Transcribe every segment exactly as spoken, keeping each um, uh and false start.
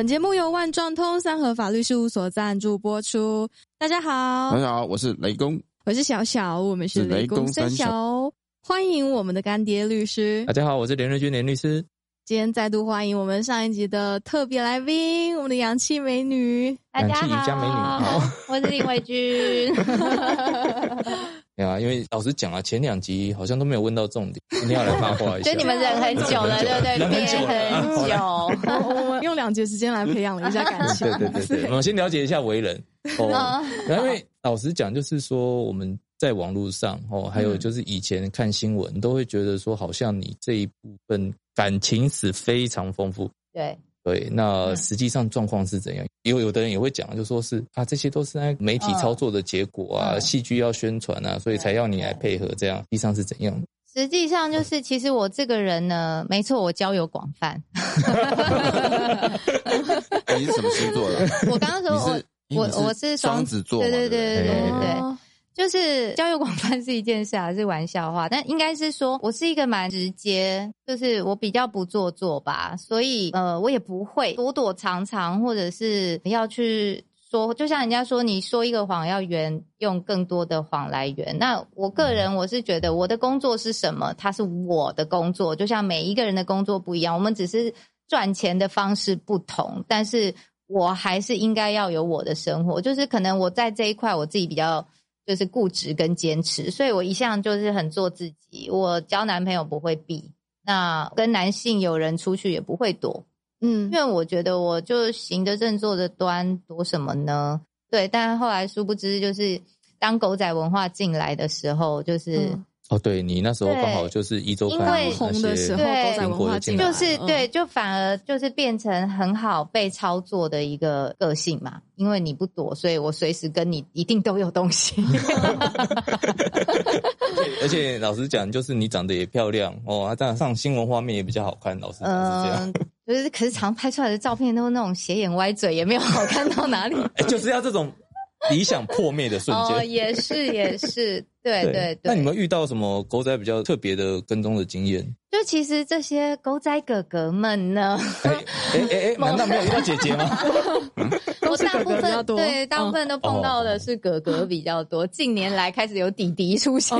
本节目由万状通三和法律事务所赞助播出。大家好， 大家好，我是雷公， 我是小小，我们是雷公三小，欢迎我们的干爹律师。 大家好，我是连瑞君连律师。 今天再度欢迎我们上一集的特别来宾，我们的氧气美女。 大家好， 氧气瑜伽美女好， 我是林伟君。 对啊，因为老实讲啊，前两集好像都没有问到重点，今天要来八卦一下。 就你们忍很久了，对不对？ 忍很久了， 很久。 我们用两节时间来培养了一下感情。 对对对对，我们先了解一下为人哦。因为老实讲，就是说我们在网络上哦，还有就是以前看新闻，都会觉得说，好像你这一部分感情史非常丰富。 对。 对，那实际上状况是怎样？有有的人也会讲，就说是啊，这些都是那媒体操作的结果啊，戏剧要宣传啊，所以才要你来配合，这样实际上是怎样？ 实际上就是，其实我这个人呢，没错，我交友广泛。 你是什么星座的？ 我刚刚说我我我是双子座， 对对对对对对。 哦就是交友广泛是一件事啊，是玩笑话，但应该是说我是一个蛮直接，就是我比较不做作吧，所以呃我也不会躲躲藏藏，或者是要去说，就像人家说你说一个谎要圆，用更多的谎来圆。那我个人我是觉得我的工作是什么，它是我的工作，就像每一个人的工作不一样，我们只是赚钱的方式不同，但是我还是应该要有我的生活，就是可能我在这一块我自己比较就是固执跟坚持，所以我一向就是很做自己，我交男朋友不会避，那跟男性友人出去也不会躲，嗯，因为我觉得我就行得正坐得端，躲什么呢？对，但后来殊不知就是当狗仔文化进来的时候，就是、嗯哦，对，你那时候刚好就是一周刊红的时候，狗仔文化进来， 就是对，就反而就是变成很好被操作的一个个性嘛。因为你不躲，所以我随时跟你一定都有东西。 而且老实讲，就是你长得也漂亮哦，这样上新闻画面也比较好看。老实讲是这样。嗯， 就是可是常拍出来的照片都是那种斜眼歪嘴，也没有好看到哪里。 欸、就是要这种理想破灭的瞬间。 哦，也是也是，对对 对, 对。 那你们遇到什么狗仔比较特别的跟踪的经验？ 就其实这些狗仔哥哥们呢， 哎哎哎，难道没有遇到姐姐吗？ 我大部分对大部分都碰到的是哥哥比较多，近年来开始有弟弟出现。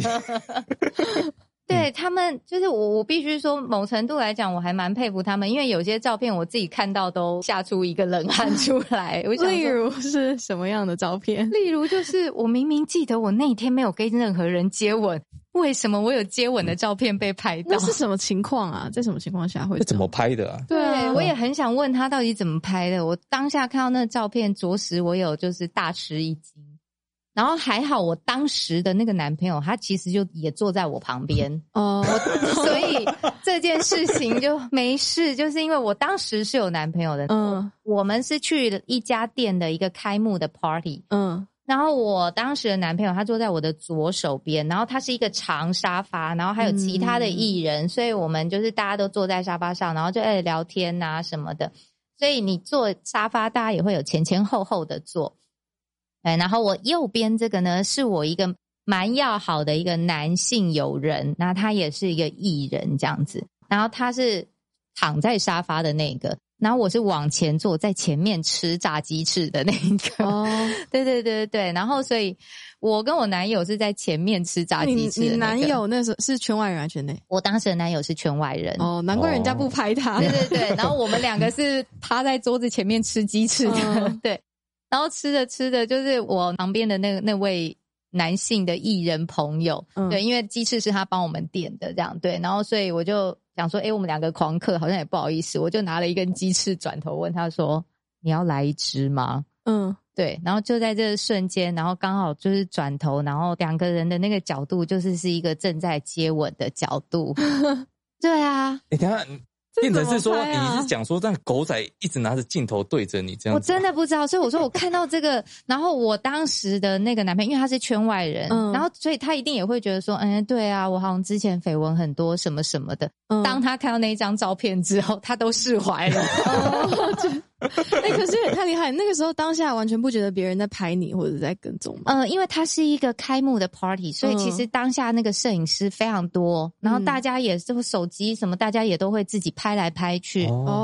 对他们，就是我，我必须说，某程度来讲，我还蛮佩服他们，因为有些照片我自己看到都吓出一个冷汗出来。我想例如是什么样的照片？ 例如就是我明明记得我那一天没有跟任何人接吻，为什么我有接吻的照片被拍到？ 那是什么情况啊？在什么情况下会？ 怎么拍的啊？ 对啊，我也很想问他到底怎么拍的。我当下看到那个照片，着实我有就是大吃一惊。然后还好，我当时的那个男朋友，他其实就也坐在我旁边哦，所以这件事情就没事。就是因为我当时是有男朋友的，嗯，我们是去一家店的一个开幕的 party， 嗯，然后我当时的男朋友他坐在我的左手边，然后他是一个长沙发，然后还有其他的艺人，嗯，所以我们就是大家都坐在沙发上，然后就哎聊天啊什么的。所以你坐沙发，大家也会有前前后后的坐。对，然后我右边这个呢，是我一个蛮要好的一个男性友人，那他也是一个艺人这样子，然后他是躺在沙发的那个，然后我是往前坐，在前面吃炸鸡翅的那个。哦，对对对对，然后所以我跟我男友是在前面吃炸鸡翅的，那个。你, 你男友那时候是圈外人还是圈内？ 我当时的男友是圈外人。 哦，难怪人家不拍他。 对对对，然后我们两个是趴在桌子前面吃鸡翅的。哦，对。然后吃着吃着，就是我旁边的那个那位男性的艺人朋友，嗯，对，因为鸡翅是他帮我们点的，这样对，然后所以我就想说，哎，我们两个狂客好像也不好意思，我就拿了一根鸡翅，转头问他说：“你要来一只吗？”嗯，对，然后就在这个瞬间，然后刚好就是转头，然后两个人的那个角度就是是一个正在接吻的角度。对啊， 你等一下。变成是说，你是讲说让狗仔一直拿着镜头对着你这样子， 我真的不知道，所以我说我看到这个，然后我当时的那个男朋友，因为他是圈外人，嗯，然后所以他一定也会觉得说，嗯，对啊，我好像之前绯闻很多什么什么的。嗯，当他看到那一张照片之后，他都释怀了。 哦，哎、欸，可是也太厉害！那个时候当下完全不觉得别人在拍你或者在跟踪吗？ 呃，因为它是一个开幕的 party， 所以其实当下那个摄影师非常多，嗯，然后大家也是手机什么，大家也都会自己拍来拍去。哦，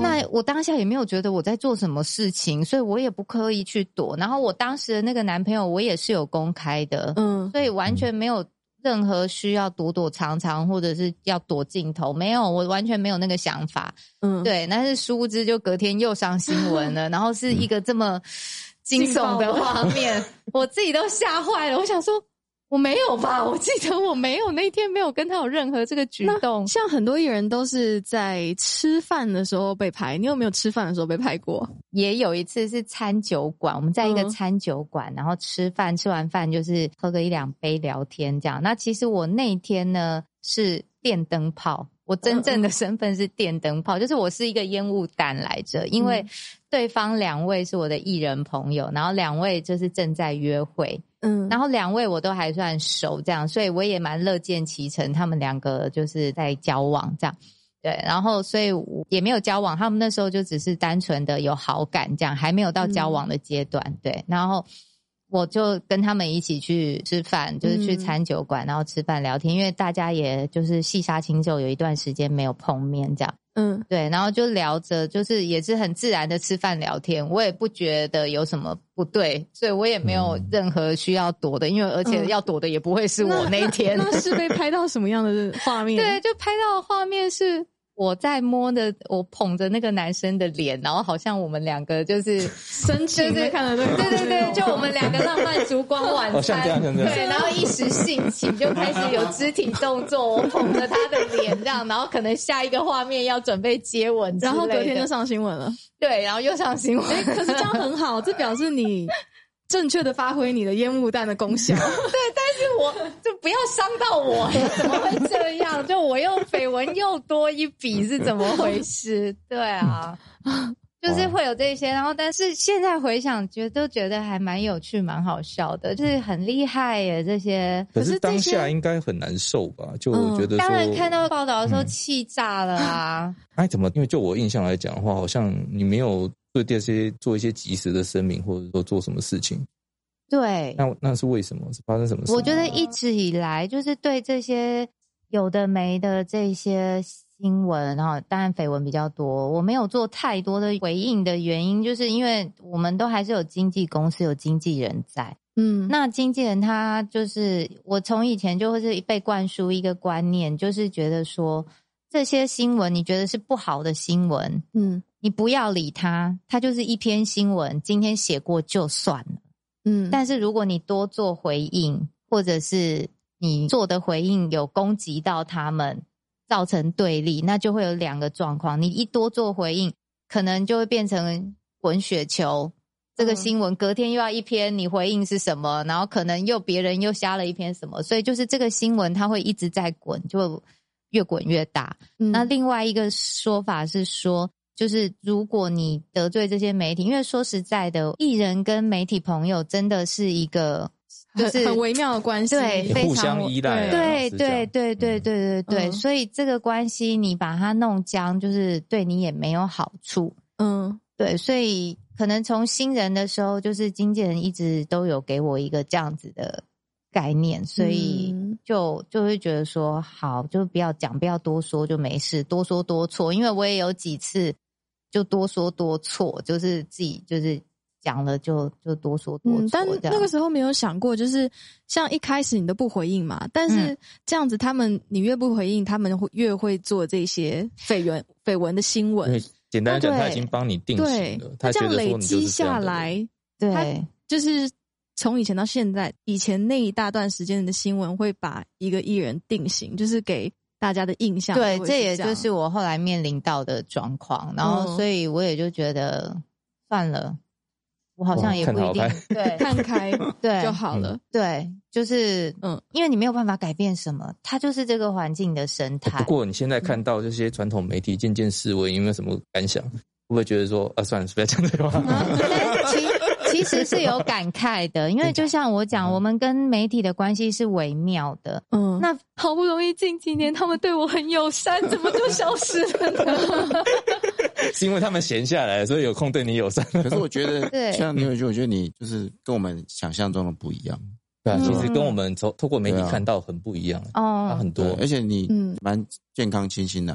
那我当下也没有觉得我在做什么事情，所以我也不刻意去躲。然后我当时的那个男朋友我也是有公开的，嗯，所以完全没有任何需要躲躲藏藏或者是要躲镜头，没有，我完全没有那个想法。嗯，对，但是殊不知就隔天又上新闻了，然后是一个这么惊悚的画面，我自己都吓坏了。我想说我没有吧，我记得我没有，那天没有跟他有任何这个举动。 像很多艺人都是在吃饭的时候被拍，你有没有吃饭的时候被拍过？ 也有一次是餐酒馆，我们在一个餐酒馆，嗯，然后吃饭，吃完饭就是喝个一两杯聊天这样。那其实我那天呢是电灯泡，我真正的身份是电灯泡，嗯，就是我是一个烟雾弹来着，因为对方两位是我的艺人朋友，然后两位就是正在约会。嗯，然后两位我都还算熟，这样，所以我也蛮乐见其成，他们两个就是在交往这样，对，然后所以也没有交往，他们那时候就只是单纯的有好感这样，还没有到交往的阶段，嗯，对，然后我就跟他们一起去吃饭，就是去餐酒馆，嗯，然后吃饭聊天，因为大家也就是细沙清酒有一段时间没有碰面这样。嗯，对，然后就聊着，就是也是很自然的吃饭聊天，我也不觉得有什么不对，所以我也没有任何需要躲的，因为而且要躲的也不会是我那一天。 那, 那是被拍到什么样的画面？ 对，就拍到的画面是我在摸的，我捧着那个男生的脸，然后好像我们两个就是深情的看着对方， 对对对，就我们两个浪漫烛光晚餐， 哦，像这样像这样， 对，然后一时兴起就开始有肢体动作，我捧着他的脸这样，然后可能下一个画面要准备接吻之类的， 然后隔天就上新闻了， 对，然后又上新闻， 欸，可是这样很好，这表示你正确的发挥你的烟雾弹的功效。 对，但是我就不要伤到我，怎么会这样？就我又绯闻又多一笔是怎么回事？对啊，就是会有这些，然后但是现在回想，觉得都觉得还蛮有趣、蛮好笑的，就是很厉害耶这些。 可是当下应该很难受吧？就我觉得说，嗯， 当然看到报道的时候气炸了啊！ 哎，怎么？因为就我印象来讲的话，好像你没有对这些做一些及时的声明，或者说做什么事情。 对， 那那是为什么？是发生什么事？ 我觉得一直以来就是对这些有的没的这些新闻，然后当然绯闻比较多，我没有做太多的回应的原因，就是因为我们都还是有经纪公司有经纪人在，嗯，那经纪人他就是我从以前就会是被灌输一个观念，就是觉得说这些新闻你觉得是不好的新闻，嗯，你不要理他，他就是一篇新闻，今天写过就算了。嗯，但是如果你多做回应，或者是你做的回应有攻击到他们，造成对立，那就会有两个状况。你一多做回应，可能就会变成滚雪球。这个新闻隔天又要一篇，你回应是什么？然后可能又别人又瞎了一篇什么，所以就是这个新闻它会一直在滚，就越滚越大。嗯，那另外一个说法是说，就是如果你得罪这些媒体，因为说实在的，艺人跟媒体朋友真的是一个就是很, 很微妙的关系， 对，非常互相依赖， 对对对对对对对，嗯，所以这个关系你把它弄僵，就是对你也没有好处。嗯，对，所以可能从新人的时候，就是经纪人一直都有给我一个这样子的概念，所以就就会觉得说好，就不要讲，不要多说就没事，多说多错，因为我也有几次就多说多错，就是自己就是讲了就就多说多错，嗯， 但那个时候没有想过，就是像一开始你都不回应嘛，但是这样子他们你越不回应，他们会越会做这些绯闻绯闻的新闻。 简单讲，他已经帮你定型了，他这样累积下来， 对， 就是从以前到现在，以前那一大段时间的新闻会把一个艺人定型，就是给大家的印象。 对，这也就是我后来面临到的状况，然后所以我也就觉得算了，我好像也不一定对看开对就好了。 对，就是嗯，因为你没有办法改变什么，它就是这个环境的生态。 不过你现在看到这些传统媒体渐渐式微，有没有什么感想？会不会觉得说啊，算了，不要讲这个话？ 其其实是有感慨的，因为就像我讲，我们跟媒体的关系是微妙的。嗯，那好不容易近几年他们对我很友善，怎么就消失了呢？ 是因为他们闲下来，所以有空对你友善。 可是我觉得，像你，我觉得你就是跟我们想象中的不一样。 对啊，其实跟我们透透过媒体看到很不一样哦，它很多， 而且你蛮健康清新的。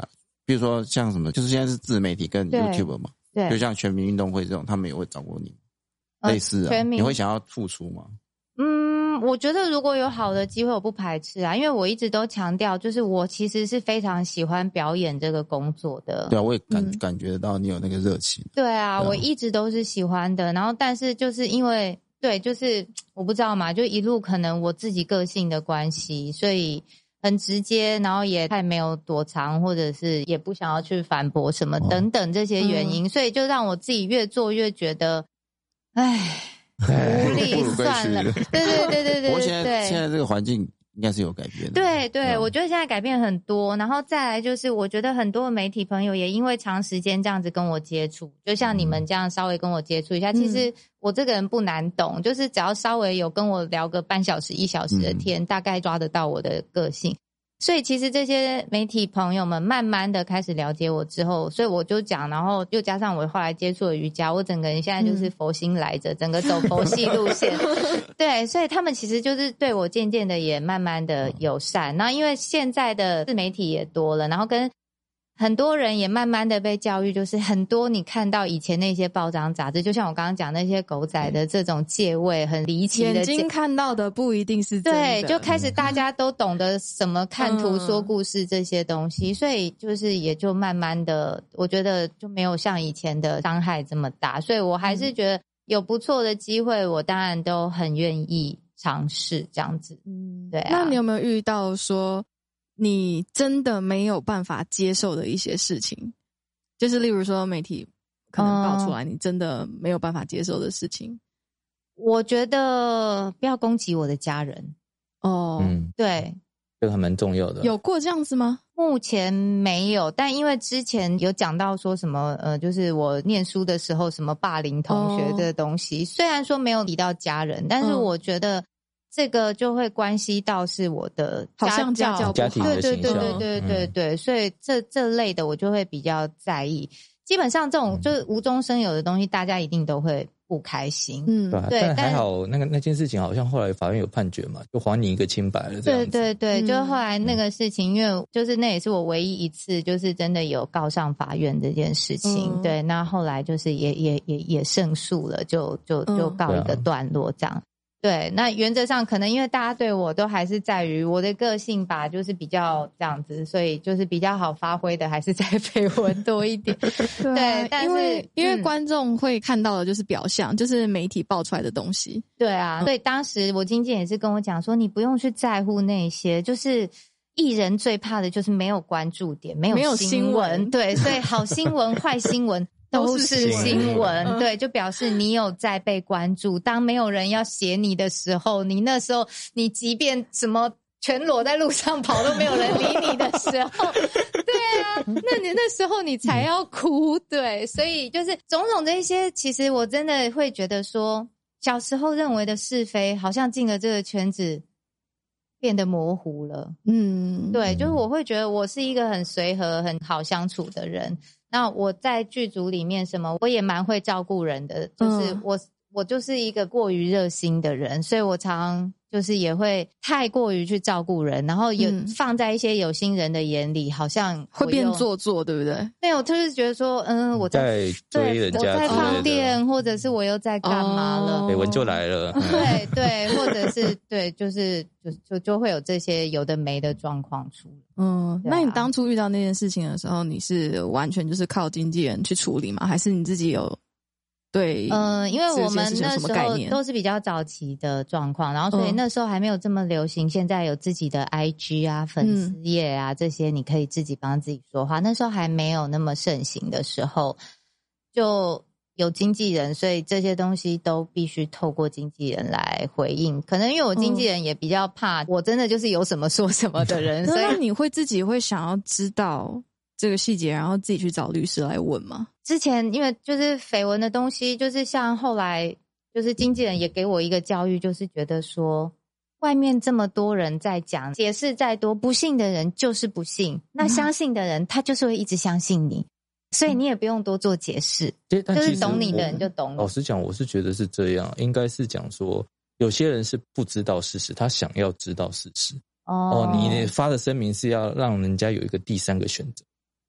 比如说像什么，就是现在是自媒体跟 YouTube 嘛， 对， 就像全民运动会这种，他们也会找过你， 呃、 类似啊，你会想要付出吗？ 嗯，我觉得如果有好的机会，我不排斥啊，因为我一直都强调，就是我其实是非常喜欢表演这个工作的。 对啊，我也感、 嗯、 感觉到你有那个热情。 对啊，对啊，我一直都是喜欢的。然后，但是就是因为对，就是我不知道嘛，就一路可能我自己个性的关系，所以很直接，然后也太没有躲藏，或者是也不想要去反驳什么等等这些原因，哦、所以就让我自己越做越觉得，唉。无力算了，对对对对对对。 不过现在现在这个环境应该是有改变的。 对对，嗯、我觉得现在改变很多，然后再来就是，我觉得很多媒体朋友也因为长时间这样子跟我接触，就像你们这样稍微跟我接触一下，嗯、其实我这个人不难懂，就是只要稍微有跟我聊个半小时一小时的天，嗯、大概抓得到我的个性。所以其实这些媒体朋友们慢慢的开始了解我之后，所以我就讲，然后又加上我后来接触了瑜伽，我整个人现在就是佛心来着，嗯、整个走佛系路线。对，所以他们其实就是对我渐渐的也慢慢的友善。然后因为现在的自媒体也多了，然后跟很多人也慢慢的被教育，就是很多你看到以前那些报章杂志，就像我刚刚讲那些狗仔的这种借位很离奇的， 眼睛看到的不一定是真的， 对，就开始大家都懂得什么看图说故事这些东西，嗯、所以就是也就慢慢的，我觉得就没有像以前的伤害这么大，所以我还是觉得有不错的机会，我当然都很愿意尝试这样子。嗯，对啊。 那你有没有遇到说你真的没有办法接受的一些事情，就是例如说媒体可能爆出来你真的没有办法接受的事情？嗯、 我觉得不要攻击我的家人。 哦， 嗯， 对， 这个还蛮重要的。 有过这样子吗？ 目前没有，但因为之前有讲到说什么呃，就是我念书的时候什么霸凌同学的东西，哦、虽然说没有提到家人，但是我觉得这个就会关系到是我的家好像家教家庭的形象， 对对对对对对对，嗯、所以这这类的我就会比较在意。基本上这种就是无中生有的东西，大家一定都会不开心。 嗯， 对， 但还好那个那件事情好像后来法院有判决嘛，就还你一个清白了这样子。 对对对，就是后来那个事情，嗯、因为就是那也是我唯一一次就是真的有告上法院这件事情。嗯、对，那后来就是也也也也胜诉了，就就就告一个段落这样。嗯对，那原则上可能因为大家对我都还是在于我的个性吧，就是比较这样子，所以就是比较好发挥的还是在绯闻多一点。对，对，但是因为因为观众会看到的就是表象，嗯、就是媒体爆出来的东西。 对啊，所以当时我经纪人也是跟我讲说，你不用去在乎那些，就是艺人最怕的就是没有关注点，没有新闻。没有新闻对，所以好新闻、坏新闻。都是新闻，嗯、对，就表示你有在被关注。当没有人要写你的时候，你那时候你即便什么全裸在路上跑都没有人理你的时候，对啊，那你那时候你才要哭，对，所以就是种种这些，其实我真的会觉得说，小时候认为的是非，好像进了这个圈子变得模糊了。嗯，对，就是我会觉得我是一个很随和、很好相处的人。那我在剧组里面什么，我也蛮会照顾人的，就是我、嗯、我就是一个过于热心的人，所以我常就是也会太过于去照顾人，然后有、嗯、放在一些有心人的眼里，好像会变做作，对不对？ 没有，就是觉得说，嗯，我在追人家， 我在放电，或者是我又在干嘛了？ 绯闻就来了， 对对，或者是对，就是就就就会有这些有的没的状况出来。 嗯，啊、那你当初遇到那件事情的时候，你是完全就是靠经纪人去处理吗？还是你自己有？对， 嗯、呃，因为我们那时候都是比较早期的状况，然后所以那时候还没有这么流行。现在有自己的 I G 啊、粉丝页啊、嗯、这些，你可以自己帮自己说话。那时候还没有那么盛行的时候，就有经纪人，所以这些东西都必须透过经纪人来回应。可能因为我经纪人也比较怕我真的就是有什么说什么的人，所以你会自己会想要知道这个细节，然后自己去找律师来问吗？ 之前因为就是绯闻的东西，就是像后来就是经纪人也给我一个教育，就是觉得说外面这么多人在讲，解释再多，不信的人就是不信，那相信的人他就是会一直相信你，所以你也不用多做解释， 嗯、 就是懂你的人就懂你。 老实讲，我是觉得是这样，应该是讲说有些人是不知道事实，他想要知道事实。哦，哦你发的声明是要让人家有一个第三个选择。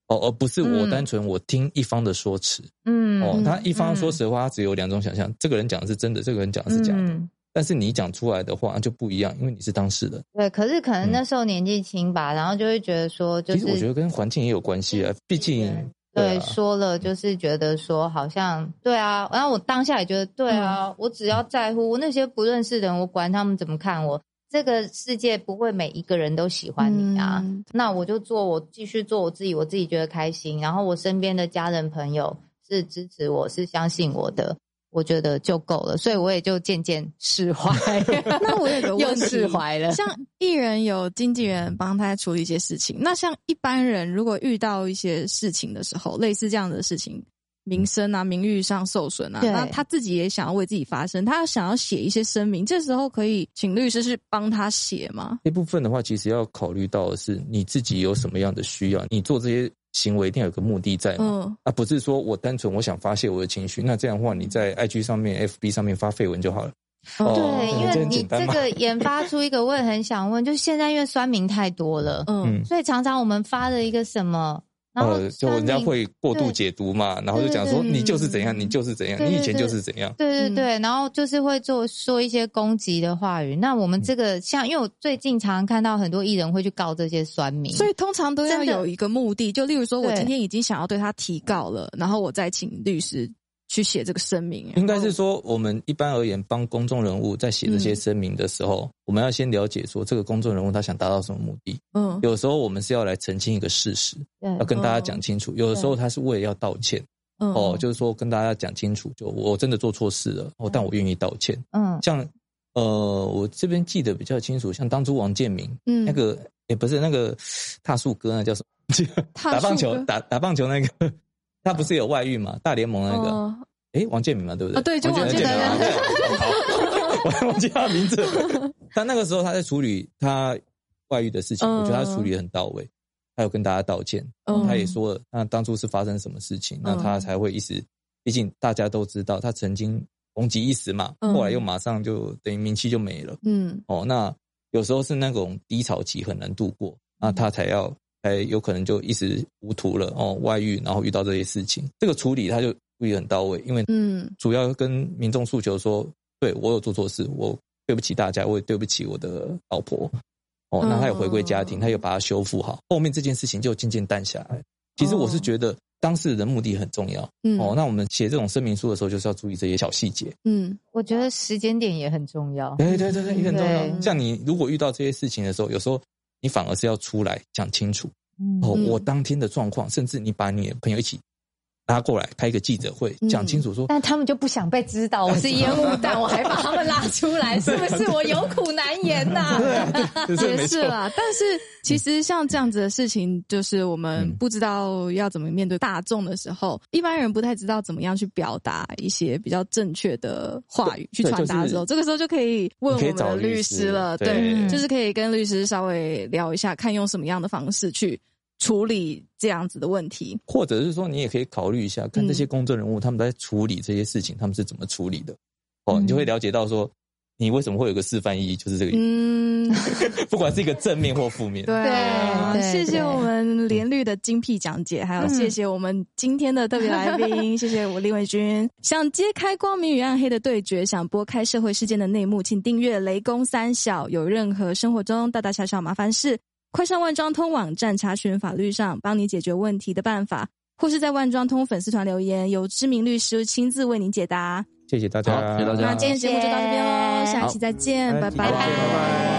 哦，而不是我单纯我听一方的说辞。嗯，哦，他一方说辞的话，他只有两种想象，这个人讲的是真的，这个人讲的是假的。嗯，但是你讲出来的话就不一样，因为你是当事人。 对，可是可能那时候年纪轻吧，嗯、然后就会觉得说，就是其实我觉得跟环境也有关系啊，毕竟。 对，啊、说了就是觉得说好像对啊，然后我当下也觉得对啊，嗯、我只要在乎那些不认识的人，我管他们怎么看我。这个世界不会每一个人都喜欢你啊，嗯、那我就做我继续做我自己，我自己觉得开心，然后我身边的家人朋友是支持我，是相信我的，我觉得就够了，所以我也就渐渐释怀。 那我有个问题， 又释怀了。 像艺人有经纪人帮他处理一些事情，那像一般人如果遇到一些事情的时候，类似这样的事情，名声啊、名誉上受损啊，那他自己也想要为自己发声，他想要写一些声明，这时候可以请律师是帮他写吗？ 这部分的话，其实要考虑到的是你自己有什么样的需要，你做这些行为一定要有个目的在嘛，嗯、啊，不是说我单纯我想发泄我的情绪，那这样的话你在 I G 上面、F B 上面发绯闻就好了。 哦、对，因为你这个研发出一个，我也很想问，就是现在因为酸民太多了，嗯，所以常常我们发了一个什么。然后、呃、 就人家会过度解读嘛，然后就讲说你就是怎样，你就是怎样，你以前就是怎样。 对对对，然后就是会做说一些攻击的话语。那我们这个像，因为我最近常常看到很多艺人会去告这些酸民， 所以通常都要有一个目的，就例如说我今天已经想要对他提告了，然后我再请律师去写这个声明。 应该是说我们一般而言帮公众人物在写这些声明的时候、嗯、我们要先了解说这个公众人物他想达到什么目的。嗯，有时候我们是要来澄清一个事实，要跟大家讲清楚、嗯、有的时候他是为了要道歉。嗯，哦，就是说跟大家讲清楚，就我真的做错事了，哦，但我愿意道歉。嗯，像呃我这边记得比较清楚，像当初王建民，嗯，那个也、欸、不是那个踏树哥，那叫什么？打棒球打打棒球那个他不是有外遇嘛？大联盟那个，哎、哦，王建民嘛，对不对？ 啊，对，就王建民。 我忘记他的名字。但那个时候他在处理他外遇的事情，嗯、我觉得他处理得很到位，他有跟大家道歉，嗯、他也说了，那当初是发生什么事情，嗯、那他才会一时，毕竟大家都知道他曾经红极一时嘛，嗯、后来又马上就等于名气就没了。嗯，哦，那有时候是那种低潮期很难度过，那他才要。才有可能就一时糊涂了哦，外遇然后遇到这些事情，这个处理他就处理很到位，因为嗯，主要跟民众诉求说，对我有做错事，我对不起大家，我也对不起我的老婆哦，那他有回归家庭，他有把它修复好，后面这件事情就渐渐淡下来。其实我是觉得当事人的目的很重要，嗯，哦，那我们写这种声明书的时候，就是要注意这些小细节， 嗯，我觉得时间点也很重要， 对对对对，也很重要。像你如果遇到这些事情的时候，有时候。你反而是要出来讲清楚，嗯、哦，我当天的状况，甚至你把你的朋友一起拉过来开一个记者会，讲、嗯、清楚说， 但他们就不想被知道我是烟雾弹，我还把他们拉出来，是不是我有苦难言呐、 啊？也是啦，但是其实像这样子的事情，就是我们不知道要怎么面对大众的时候，一般人不太知道怎么样去表达一些比较正确的话语去传达的时候，就是、这个时候就可以问我们的律师了，对，对就是可以跟律师稍微聊一下，看用什么样的方式去处理这样子的问题， 或者是说你也可以考虑一下，看这些公众人物他们在处理这些事情，他们是怎么处理的，哦，你就会了解到说，你为什么会有个示范意义，就是这个意思。嗯，不管是一个正面或负面。 对，对谢谢我们连律的精辟讲解，还有谢谢我们今天的特别来宾，谢谢我林伟君。想揭开光明与暗黑的对决，想拨开社会事件的内幕，请订阅雷公三小。有任何生活中大大小小麻烦事，快上万庄通网站查询法律上帮你解决问题的办法，或是在万庄通粉丝团留言，由知名律师亲自为您解答。 谢谢大家， 谢谢大家。 那今天节目就到这边咯，下期再见，拜拜。 拜拜。